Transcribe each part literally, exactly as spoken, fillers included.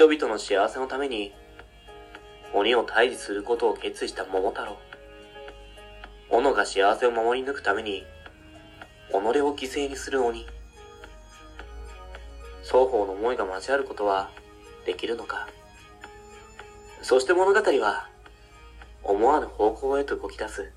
人々の幸せのために鬼を退治することを決意した桃太郎。斧が幸せを守り抜くために己を犠牲にする鬼。双方の思いが交わることはできるのか。そして物語は思わぬ方向へと動き出す。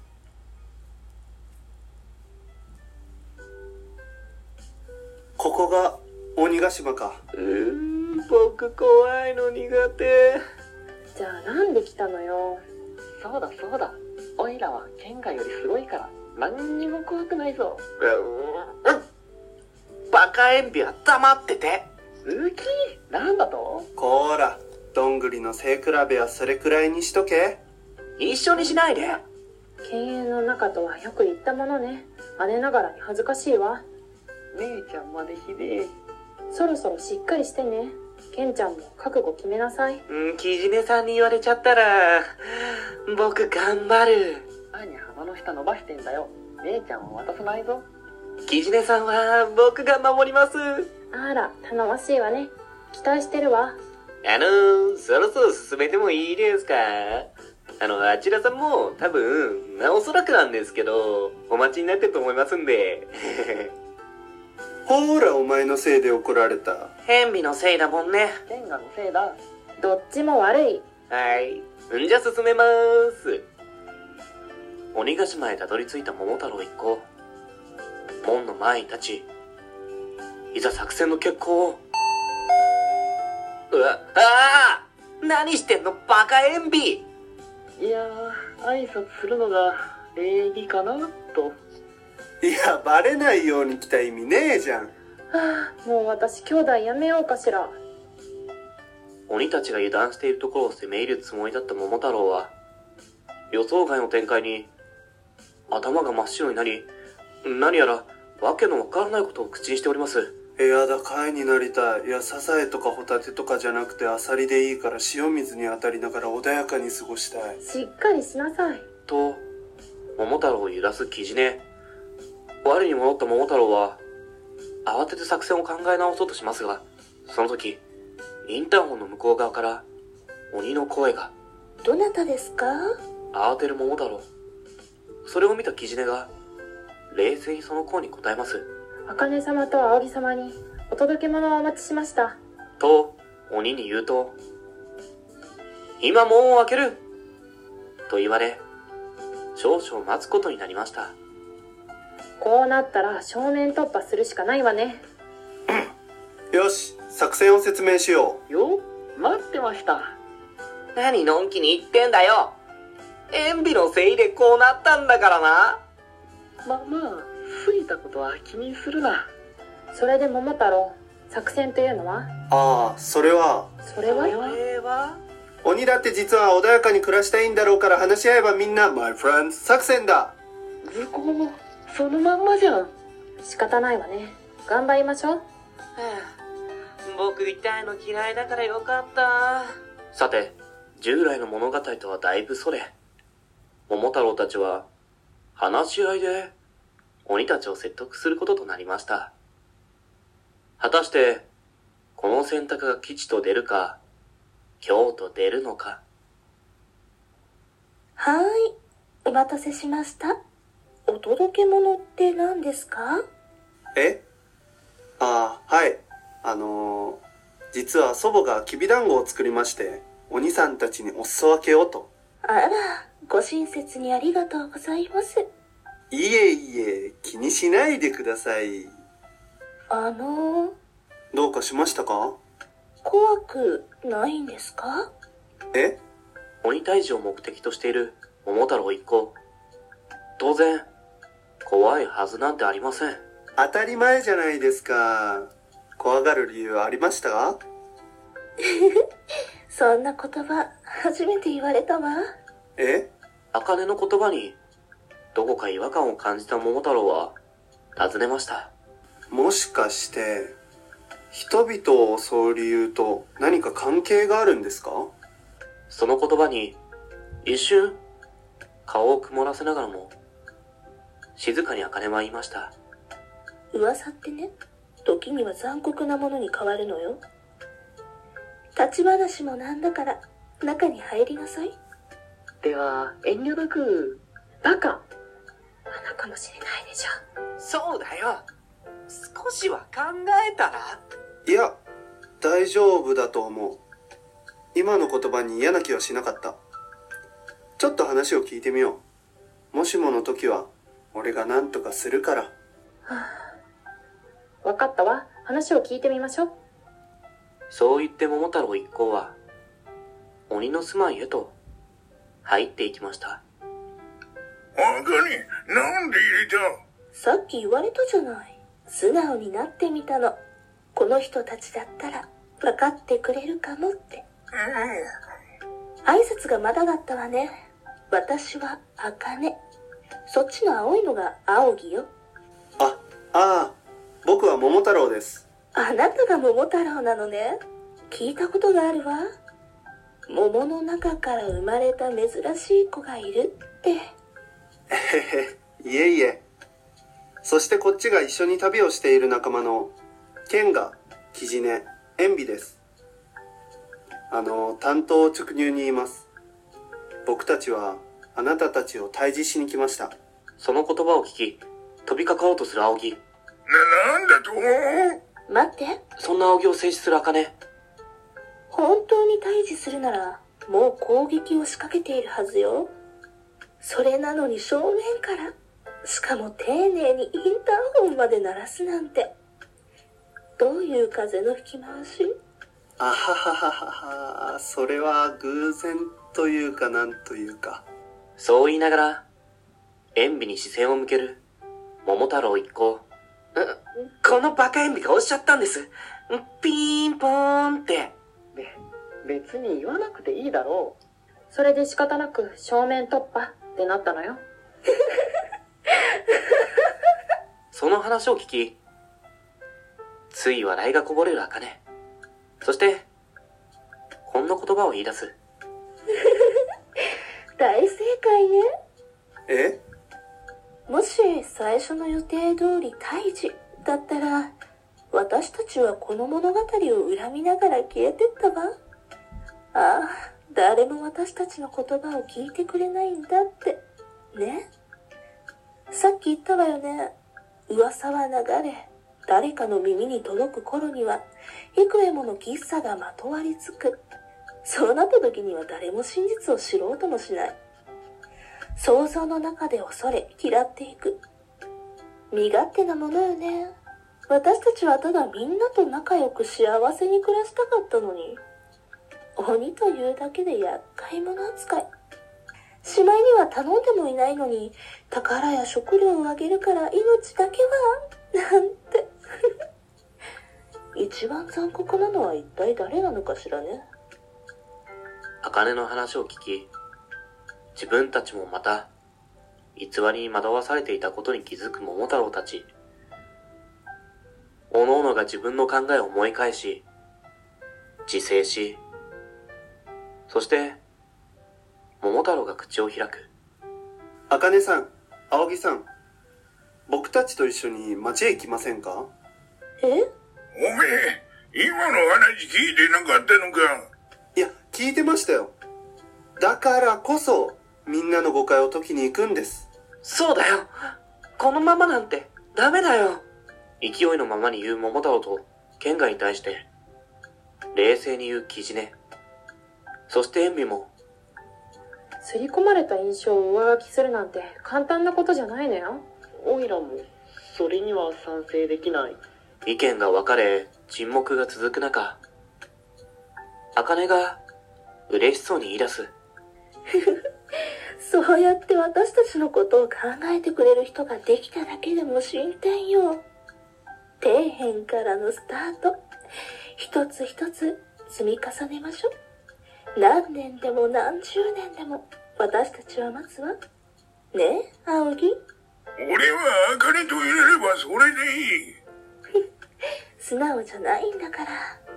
ここが鬼ヶ島か。 うーん、僕怖いの苦手。 じゃあなんで来たのよ。 そうだそうだ。オイラは剣河よりすごいから何にも怖くないぞ。 うーん、バカエンビは黙ってて。 ウキー、なんだと？ こーら、どんぐりの背比べはそれくらいにしとけ。 一緒にしないで。 犬猿の仲とはよく言ったものね。姉ながらに恥ずかしいわ。 姉ちゃんまでひでえ。 そろそろしっかりしてね。ケンちゃんも覚悟決めなさい。 うん、キジネさんに言われちゃったら僕頑張る。 何鼻の下伸ばしてんだよ。姉ちゃんは渡さないぞ。 キジネさんは僕が守ります。 あら、頼もしいわね。期待してるわ。 あのー、そろそろ進めてもいいですか？あの、あちらさんも多分、まあおそらくなんですけど、お待ちになってると思いますんで。 ほーら、お前のせいで怒られた。 変美のせいだもんね。 剣河のせいだ。 どっちも悪い。 はい。んじゃ進めまーす。鬼ヶ島へたどり着いた桃太郎一行。門の前に立ち、いざ作戦の決行を。うわ、ああ何してんのバカエンビ。 いやー、挨拶するのが礼儀かなと。 いや、バレないように来た意味ねえじゃん。 はあ、もう私兄弟やめようかしら。 鬼たちが油断しているところを攻め入るつもりだった桃太郎は、予想外の展開に頭が真っ白になり、何やらわけのわからないことを口にしております。 いやだ、貝になりたい。いや、サザエとかホタテとかじゃなくてアサリでいいから塩水に当たりながら穏やかに過ごしたい。 しっかりしなさい。 と、桃太郎を揺らすキジネ。我に戻った桃太郎は、慌てて作戦を考え直そうとしますが、その時、インターホンの向こう側から、鬼の声が。 どなたですか？ 慌てる桃太郎。それを見たキジネが、冷静にその声に答えます。 茜様と青木様にお届け物をお待ちしました。 と、鬼に言うと、今門を開けると言われ、少々待つことになりました。 こうなったら正面突破するしかないわね。 よし、作戦を説明しよう。 よ、待ってました。 何のんきに言ってんだよ。塩ビのせいでこうなったんだからな。 まあまあ、過ぎたことは気にするな。 それで桃太郎、作戦というのは？ ああ、それは。 それは？ それは鬼だって実は穏やかに暮らしたいんだろうから話し合えばみんな、My friends 作戦だ。 図工、そのまんまじゃん。 仕方ないわね。頑張りましょう。はあ、僕痛いの嫌いだからよかった。さて、従来の物語とはだいぶそれ、桃太郎たちは話し合いで鬼たちを説得することとなりました。果たしてこの選択が吉と出るか凶と出るのか。 はーい、お待たせしました。お届け物って何ですか？ えああ、はい。あのー、実は祖母がきびだんごを作りまして、お兄さんたちにお裾分けをと。 あら、ご親切にありがとうございます。 いえいえ、気にしないでください。 あのー、 どうかしましたか？ 怖くないんですか？ え？ 鬼退治を目的としている桃太郎一行。当然、怖いはずなんてありません。 当たり前じゃないですか。怖がる理由ありましたか？ そんな言葉、初めて言われたわ。 え？ 茜の言葉に、どこか違和感を感じた桃太郎は、尋ねました。 もしかして、人々を襲う理由と何か関係があるんですか？ その言葉に、一瞬、顔を曇らせながらも、静かに茜は言いました。 噂ってね、時には残酷なものに変わるのよ。 立ち話もなんだから中に入りなさい。 では、遠慮なく。 バカ。罠かもしれないでしょ。 そうだよ。少しは考えたら。 いや、大丈夫だと思う。今の言葉に嫌な気はしなかった。ちょっと話を聞いてみよう。もしもの時は俺が何とかするから。 はあ、わかったわ。話を聞いてみましょう。 そう言って桃太郎一行は鬼の住まいへと入っていきました。 あかね、なんで入れた？ さっき言われたじゃない。素直になってみたの。この人たちだったら分かってくれるかもって。挨拶がまだだったわね。私は茜。そっちの青いのが青木よ。 あ、ああ、僕は桃太郎です。 あなたが桃太郎なのね。聞いたことがあるわ。桃の中から生まれた珍しい子がいるって。 へへ、いえいえ。そしてこっちが一緒に旅をしている仲間のケンガ、キジネ、エンビです。あの、担当を直入に言います。僕たちはあなたたちを退治しに来ました。 その言葉を聞き、飛びかかろうとする青木。 な、なんだと思う？ 待って。 そんな青木を制止する茜。 本当に退治するなら、もう攻撃を仕掛けているはずよ。それなのに正面から、しかも丁寧にインターホンまで鳴らすなんて。どういう風の吹き回し？ あははははは、それは偶然というかなんというか。 そう言いながら、塩ビに視線を向ける桃太郎一行。このバカ塩ビがおっしゃったんです。ピーンポーンって。 べ、別に言わなくていいだろう。 それで仕方なく正面突破ってなったのよ。 その話を聞き、つい笑いがこぼれる茜。そして、こんな言葉を言い出す。 大正解ね。 え？ もし最初の予定通り退治だったら、私たちはこの物語を恨みながら消えてったわ。ああ、誰も私たちの言葉を聞いてくれないんだって。ね。さっき言ったわよね。噂は流れ、誰かの耳に届く頃には、幾重もの喫茶がまとわりつく。そうなった時には誰も真実を知ろうともしない。想像の中で恐れ、嫌っていく。身勝手なものよね。私たちはただみんなと仲良く幸せに暮らしたかったのに。鬼というだけで厄介者扱い。しまいには頼んでもいないのに、宝や食料をあげるから命だけは、なんて。一番残酷なのは一体誰なのかしらね。 茜の話を聞き、自分たちもまた、偽りに惑わされていたことに気づく桃太郎たち。おのおのが自分の考えを思い返し、自制し、そして、桃太郎が口を開く。 茜さん、青木さん、僕たちと一緒に町へ行きませんか？ え？ おめえ、今の話聞いてなかったのか？ いや、聞いてましたよ。だからこそ、みんなの誤解を解きに行くんです。 そうだよ。このままなんてダメだよ。勢いのままに言う桃太郎と剣河に対して、冷静に言うキジネ。そして塩ビも、 刷り込まれた印象を上書きするなんて簡単なことじゃないのよ。 オイラも、それには賛成できない。 意見が分かれ、沈黙が続く中、茜が嬉しそうに言い出す。 そうやって私たちのことを考えてくれる人ができただけでも進展よ。底辺からのスタート。一つ一つ積み重ねましょう。何年でも何十年でも私たちは待つわ。ねえ、青木。 俺は茜と入れればそれでいい。 素直じゃないんだから。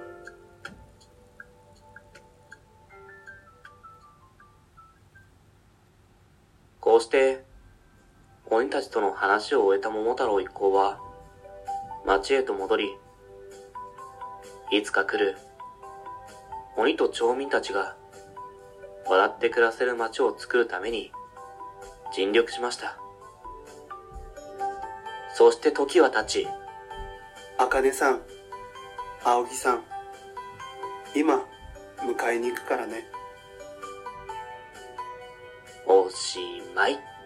こうして、鬼たちとの話を終えた桃太郎一行は、町へと戻り、いつか来る鬼と町民たちが笑って暮らせる街を作るために尽力しました。そして時は経ち、 あかねさん、青木さん、今迎えに行くからね。 おしまい。